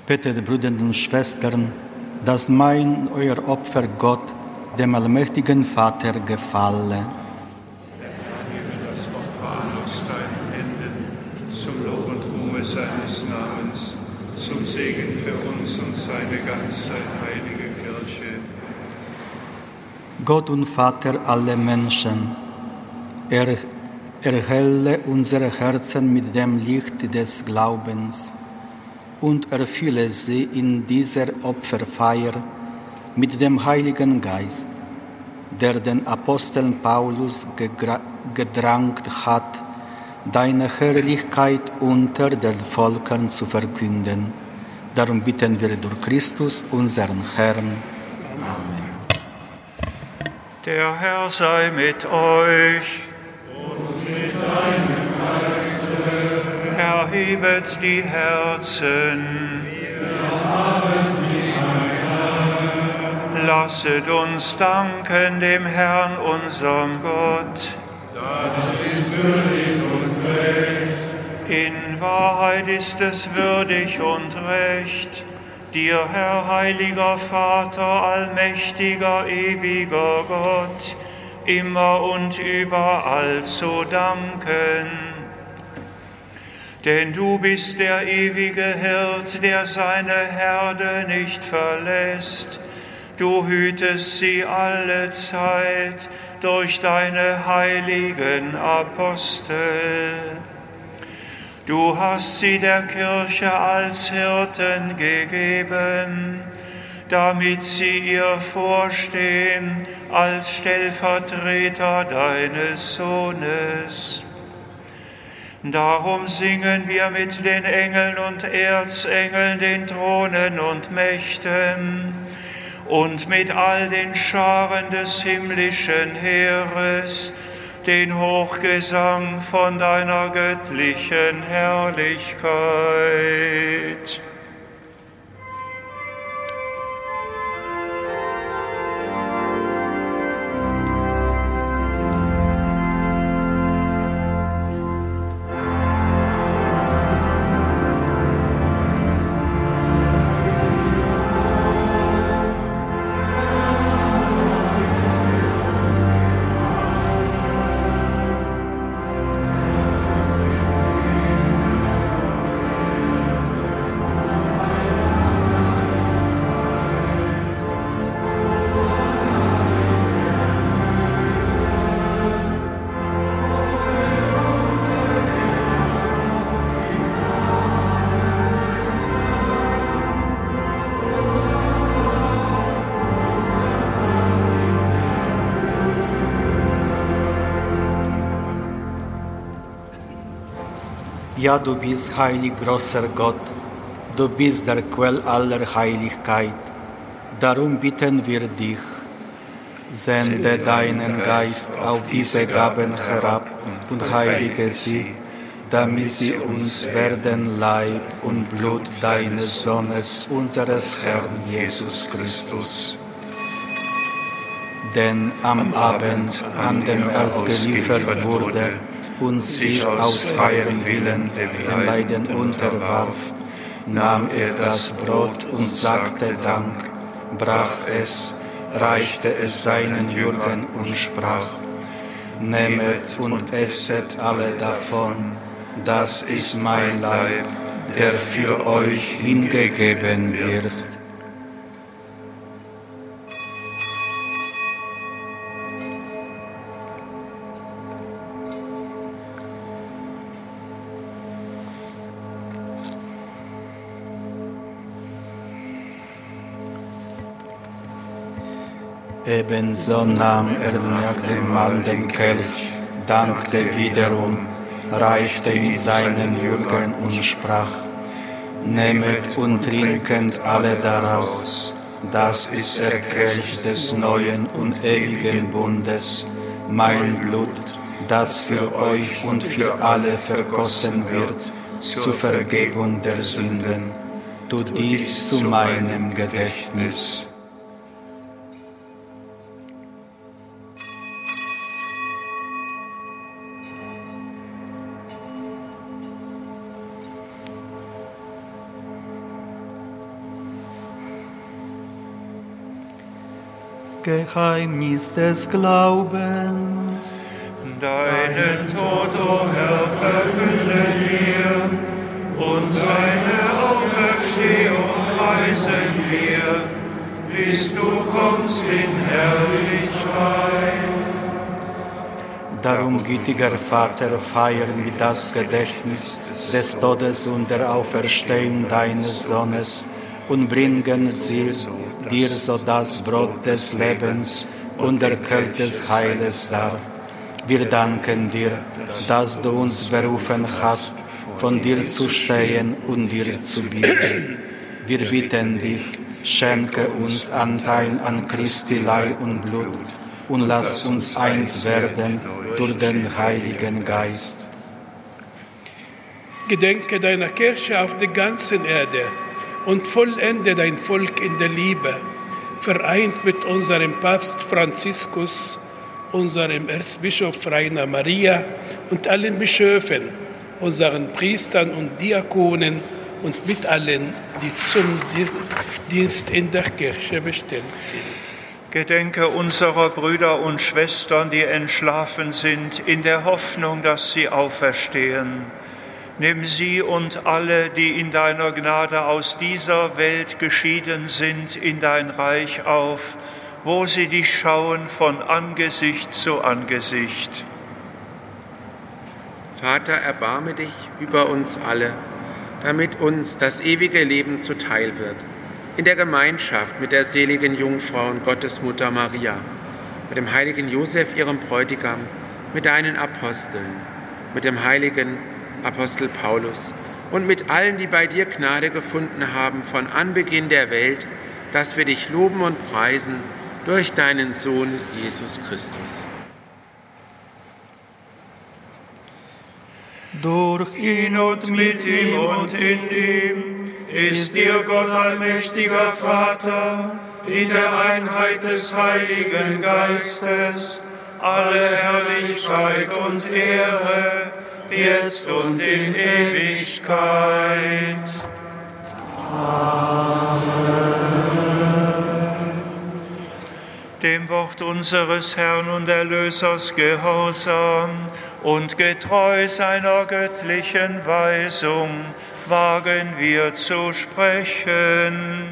Betet, Brüder und Schwestern, dass mein, euer Opfer Gott, dem allmächtigen Vater, gefalle. Zum Lob und Ruhme seines Namens, zum Segen für uns und seine ganze heilige Kirche. Gott und Vater aller Menschen, er, erhelle unsere Herzen mit dem Licht des Glaubens und erfülle sie in dieser Opferfeier mit dem Heiligen Geist, der den Aposteln Paulus gedrängt hat, deine Herrlichkeit unter den Völkern zu verkünden. Darum bitten wir durch Christus, unseren Herrn. Amen. Der Herr sei mit euch. Und mit deinem Geiste. Erhebet die Herzen. Wir haben sie einander. Lasset uns danken dem Herrn, unserem Gott. Das ist würdig und recht. In Wahrheit ist es würdig und recht, dir, Herr, heiliger Vater, allmächtiger, ewiger Gott, immer und überall zu danken. Denn du bist der ewige Hirt, der seine Herde nicht verlässt. Du hütest sie alle Zeit durch deine heiligen Apostel. Du hast sie der Kirche als Hirten gegeben, damit sie ihr vorstehen als Stellvertreter deines Sohnes. Darum singen wir mit den Engeln und Erzengeln, den Thronen und Mächten und mit all den Scharen des himmlischen Heeres den Hochgesang von deiner göttlichen Herrlichkeit. Ja, du bist heilig, großer Gott, du bist der Quell aller Heiligkeit. Darum bitten wir dich, sende deinen Geist auf diese Gaben herab und heilige sie, damit sie uns werden Leib und Blut deines Sohnes, unseres Herrn Jesus Christus. Denn am Abend, an dem er geliefert wurde, und sich aus freiem Willen dem Leiden unterwarf, nahm er das Brot und sagte Dank, brach es, reichte es seinen Jüngern und sprach, nehmet und esset alle davon, das ist mein Leib, der für euch hingegeben wird. Ebenso nahm er nach dem Mahl den Kelch, dankte wiederum, reichte ihn seinen Jüngern und sprach, nehmet und trinket alle daraus, das ist der Kelch des neuen und ewigen Bundes, mein Blut, das für euch und für alle vergossen wird, zur Vergebung der Sünden. Tut dies zu meinem Gedächtnis. Geheimnis des Glaubens. Deinen Tod, o Herr, verkünden wir, und deine Auferstehung preisen wir, bis du kommst in Herrlichkeit. Darum, gütiger Vater, feiern wir das Gedächtnis des Todes und der Auferstehung deines Sohnes und bringen sie dir so das Brot des Lebens und der Kelch des Heiles dar. Wir danken dir, dass du uns berufen hast, von dir zu stehen und dir zu bieten. Wir bitten dich, schenke uns Anteil an Christi Leib und Blut und lass uns eins werden durch den Heiligen Geist. Gedenke deiner Kirche auf der ganzen Erde und vollende dein Volk in der Liebe, vereint mit unserem Papst Franziskus, unserem Erzbischof Rainer Maria und allen Bischöfen, unseren Priestern und Diakonen und mit allen, die zum Dienst in der Kirche bestimmt sind. Gedenke unserer Brüder und Schwestern, die entschlafen sind, in der Hoffnung, dass sie auferstehen. Nimm sie und alle, die in deiner Gnade aus dieser Welt geschieden sind, in dein Reich auf, wo sie dich schauen von Angesicht zu Angesicht. Vater, erbarme dich über uns alle, damit uns das ewige Leben zuteil wird. In der Gemeinschaft mit der seligen Jungfrau und Gottesmutter Maria, mit dem heiligen Josef, ihrem Bräutigam, mit deinen Aposteln, mit dem heiligen Apostel Paulus und mit allen, die bei dir Gnade gefunden haben von Anbeginn der Welt, dass wir dich loben und preisen durch deinen Sohn Jesus Christus. Durch ihn und mit ihm und in ihm ist dir Gott allmächtiger Vater, in der Einheit des Heiligen Geistes, alle Herrlichkeit und Ehre, jetzt und in Ewigkeit. Amen. Dem Wort unseres Herrn und Erlösers gehorsam und getreu seiner göttlichen Weisung wagen wir zu sprechen.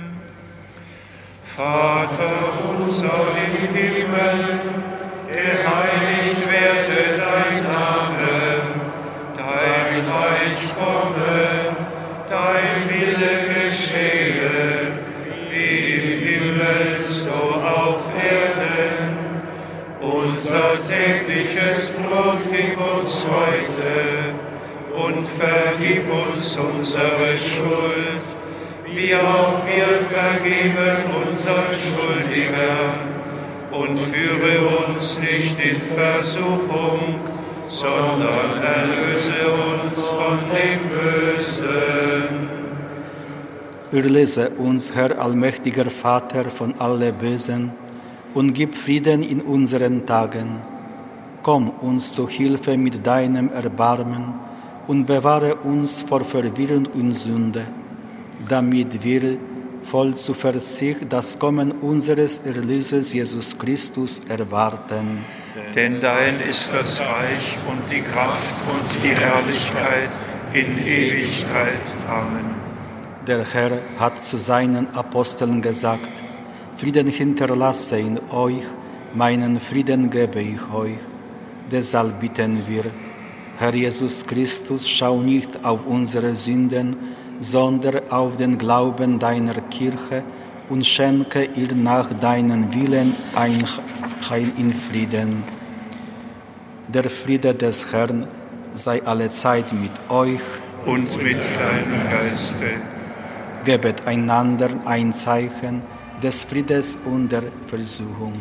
Vater unser im Himmel, geheiligt werde dein Name, dein Reich komme, dein Wille geschehe, wie im Himmel so auf Erden. Unser tägliches Brot gib uns heute und vergib uns unsere Schuld, wie auch wir vergeben unseren Schuldigern. Und führe uns nicht in Versuchung, sondern erlöse uns von dem Bösen. Erlöse uns, Herr allmächtiger Vater, von alle Bösen und gib Frieden in unseren Tagen. Komm uns zu Hilfe mit deinem Erbarmen und bewahre uns vor Verwirrung und Sünde, damit wir voll Zuversicht das Kommen unseres Erlösers Jesus Christus erwarten. Denn dein ist das Reich und die Kraft und die Herrlichkeit in Ewigkeit. Amen. Der Herr hat zu seinen Aposteln gesagt: Frieden hinterlasse in euch, meinen Frieden gebe ich euch. Deshalb bitten wir, Herr Jesus Christus, schau nicht auf unsere Sünden, sondern auf den Glauben deiner Kirche und schenke ihr nach deinem Willen ein Heil in Frieden. Der Friede des Herrn sei allezeit mit euch und mit deinem Geiste. Gebet einander ein Zeichen des Friedes und der Versöhnung.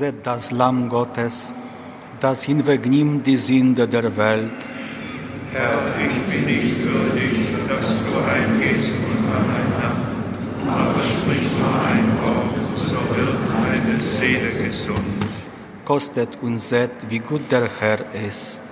Seht das Lamm Gottes, das hinwegnimmt die Sünde der Welt. Herr, ich bin nicht würdig, dass du eingehst unter mein Dach, aber sprich nur ein Wort, so wird meine Seele gesund. Kostet und seht, wie gut der Herr ist.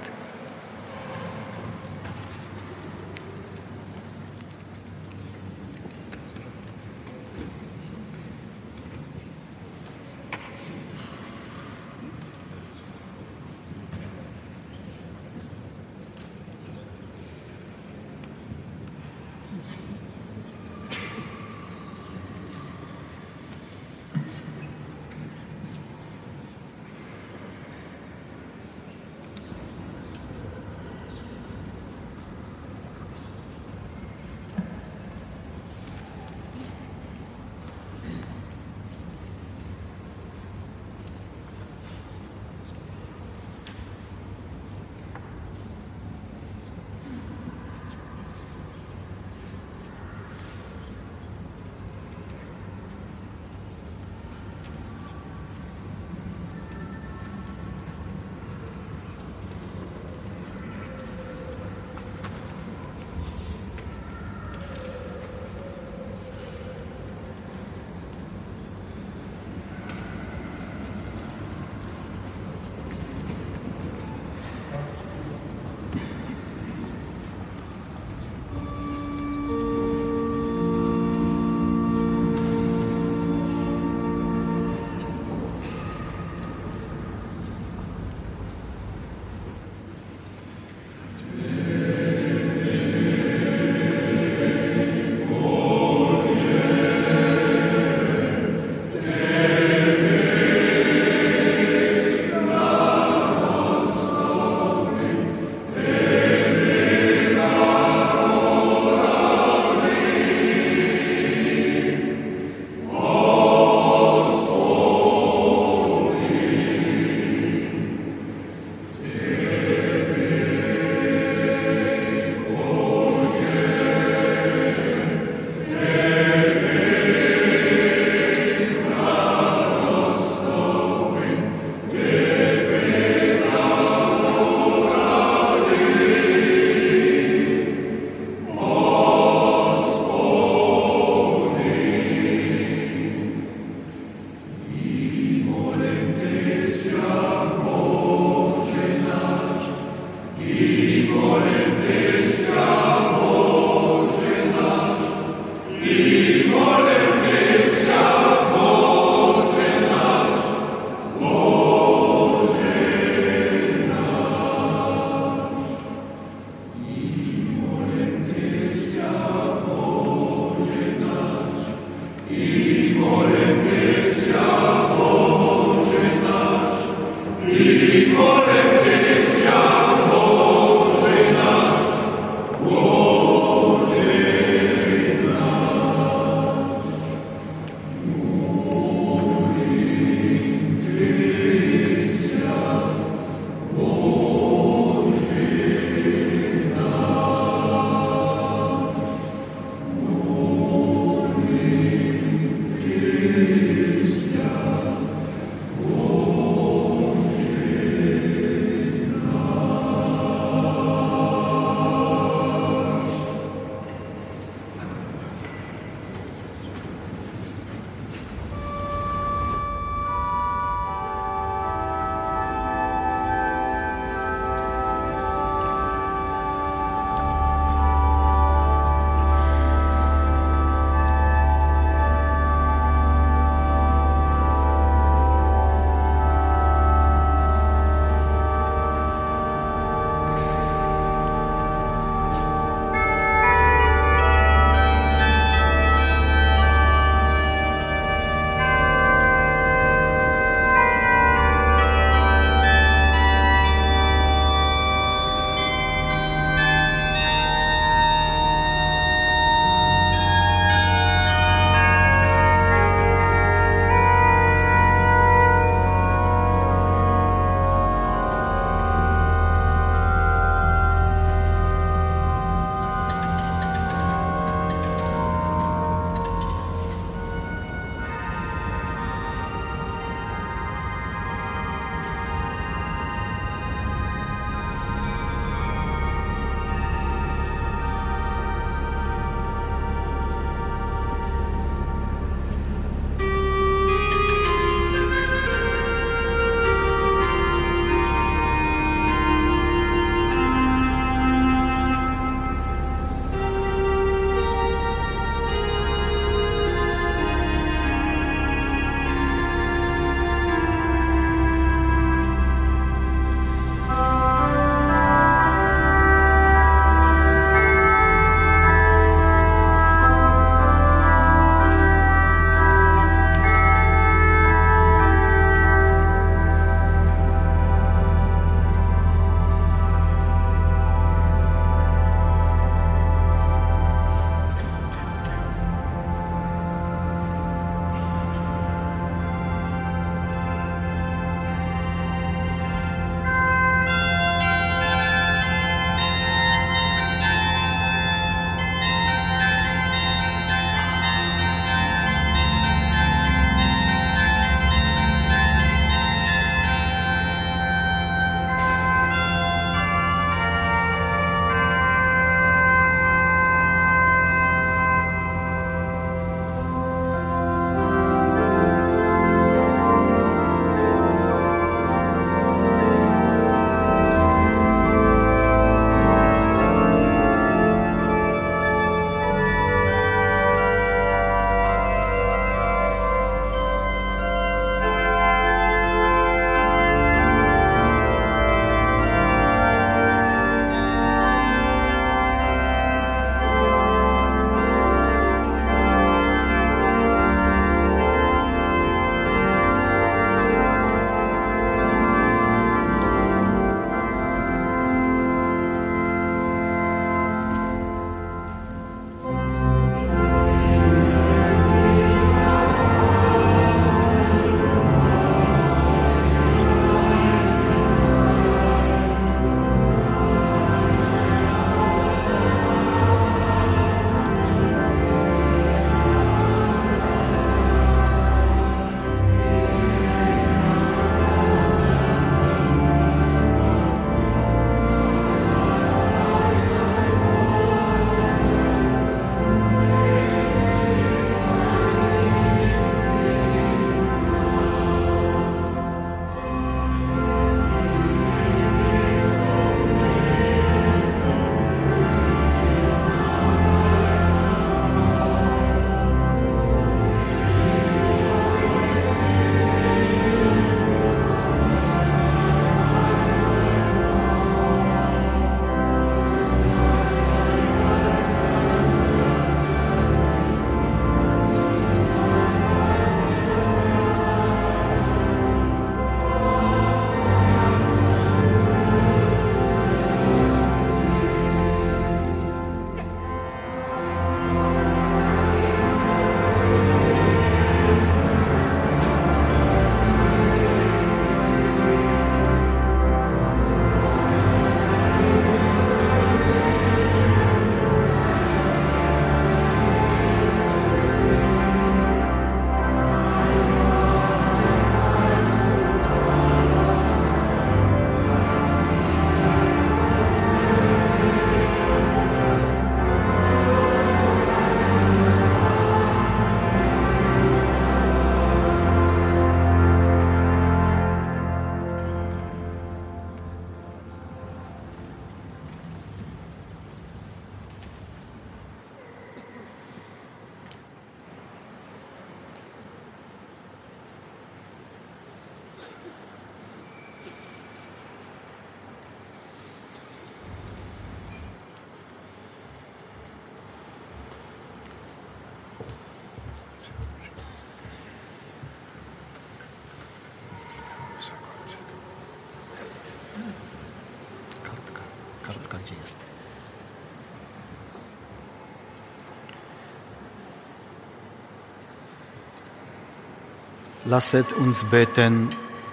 Lasset uns beten.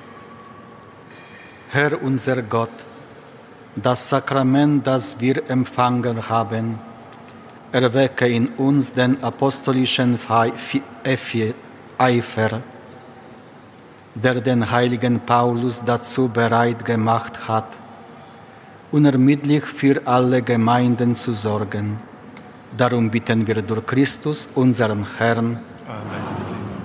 Herr unser Gott, das Sakrament, das wir empfangen haben, erwecke in uns den apostolischen Eifer, der den heiligen Paulus dazu bereit gemacht hat, unermüdlich für alle Gemeinden zu sorgen. Darum bitten wir durch Christus, unseren Herrn. Amen.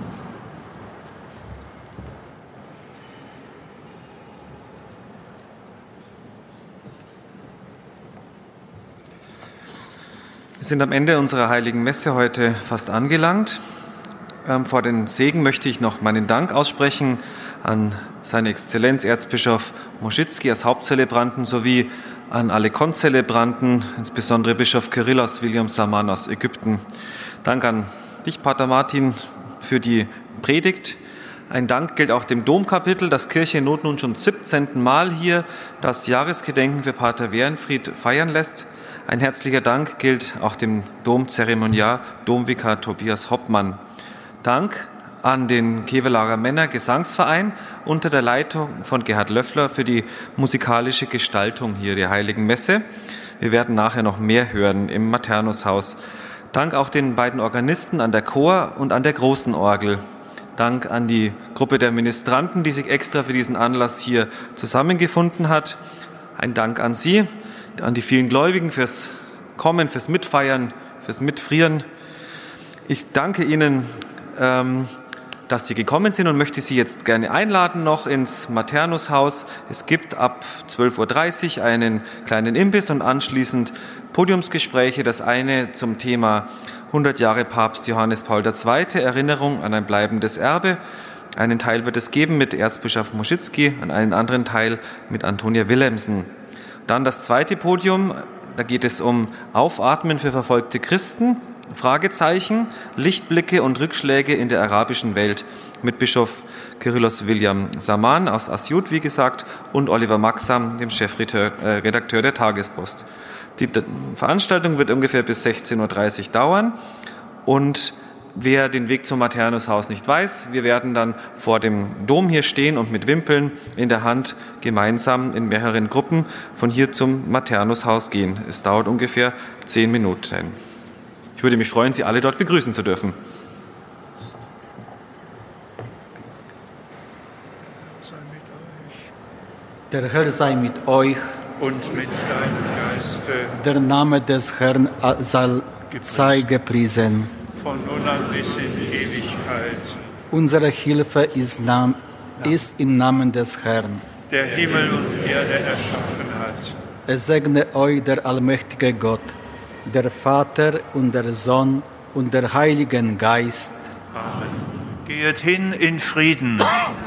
Wir sind am Ende unserer heiligen Messe heute fast angelangt. Ähm, vor den Segen möchte ich noch meinen Dank aussprechen an seine Exzellenz Erzbischof Moschitski als Hauptzelebranten sowie an alle Konzelebranten, insbesondere Bischof Kyrillos William Saman aus Ägypten. Dank an dich, Pater Martin, für die Predigt. Ein Dank gilt auch dem Domkapitel, das Kirche in Not nun schon siebzehnten Mal hier das Jahresgedenken für Pater Werenfried feiern lässt. Ein herzlicher Dank gilt auch dem Domzeremoniar, Domvikar Tobias Hoppmann. Dank an den Kevelarer Männer Gesangsverein unter der Leitung von Gerhard Löffler für die musikalische Gestaltung hier der Heiligen Messe. Wir werden nachher noch mehr hören im Maternushaus. Dank auch den beiden Organisten an der Chor und an der großen Orgel. Dank an die Gruppe der Ministranten, die sich extra für diesen Anlass hier zusammengefunden hat. Ein Dank an Sie, an die vielen Gläubigen fürs Kommen, fürs Mitfeiern, fürs Mitfrieren. Ich danke Ihnen, ähm, dass Sie gekommen sind und möchte Sie jetzt gerne einladen noch ins Maternushaus. Es gibt ab zwölf Uhr dreißig einen kleinen Imbiss und anschließend Podiumsgespräche. Das eine zum Thema hundert Jahre Papst Johannes Paul der Zweite, Erinnerung an ein bleibendes Erbe. Einen Teil wird es geben mit Erzbischof Moschitski und einen anderen Teil mit Antonia Willemsen. Dann das zweite Podium, da geht es um Aufatmen für verfolgte Christen, Fragezeichen, Lichtblicke und Rückschläge in der arabischen Welt mit Bischof Kyrillos William Saman aus Asyut, wie gesagt, und Oliver Maxam, dem Chefredakteur der Tagespost. Die Veranstaltung wird ungefähr bis sechzehn Uhr dreißig dauern und wer den Weg zum Maternushaus nicht weiß, wir werden dann vor dem Dom hier stehen und mit Wimpeln in der Hand gemeinsam in mehreren Gruppen von hier zum Maternushaus gehen. Es dauert ungefähr zehn Minuten. Ich würde mich freuen, Sie alle dort begrüßen zu dürfen. Der Herr sei mit euch. Und mit deinem Geiste. Der Name des Herrn sei gepriesen. Von nun an bis in Ewigkeit. Unsere Hilfe ist, nam, ist im Namen des Herrn, der Himmel und Erde erschaffen hat. Es segne euch der allmächtige Gott, der Vater und der Sohn und der Heilige Geist. Amen. Geht hin in Frieden.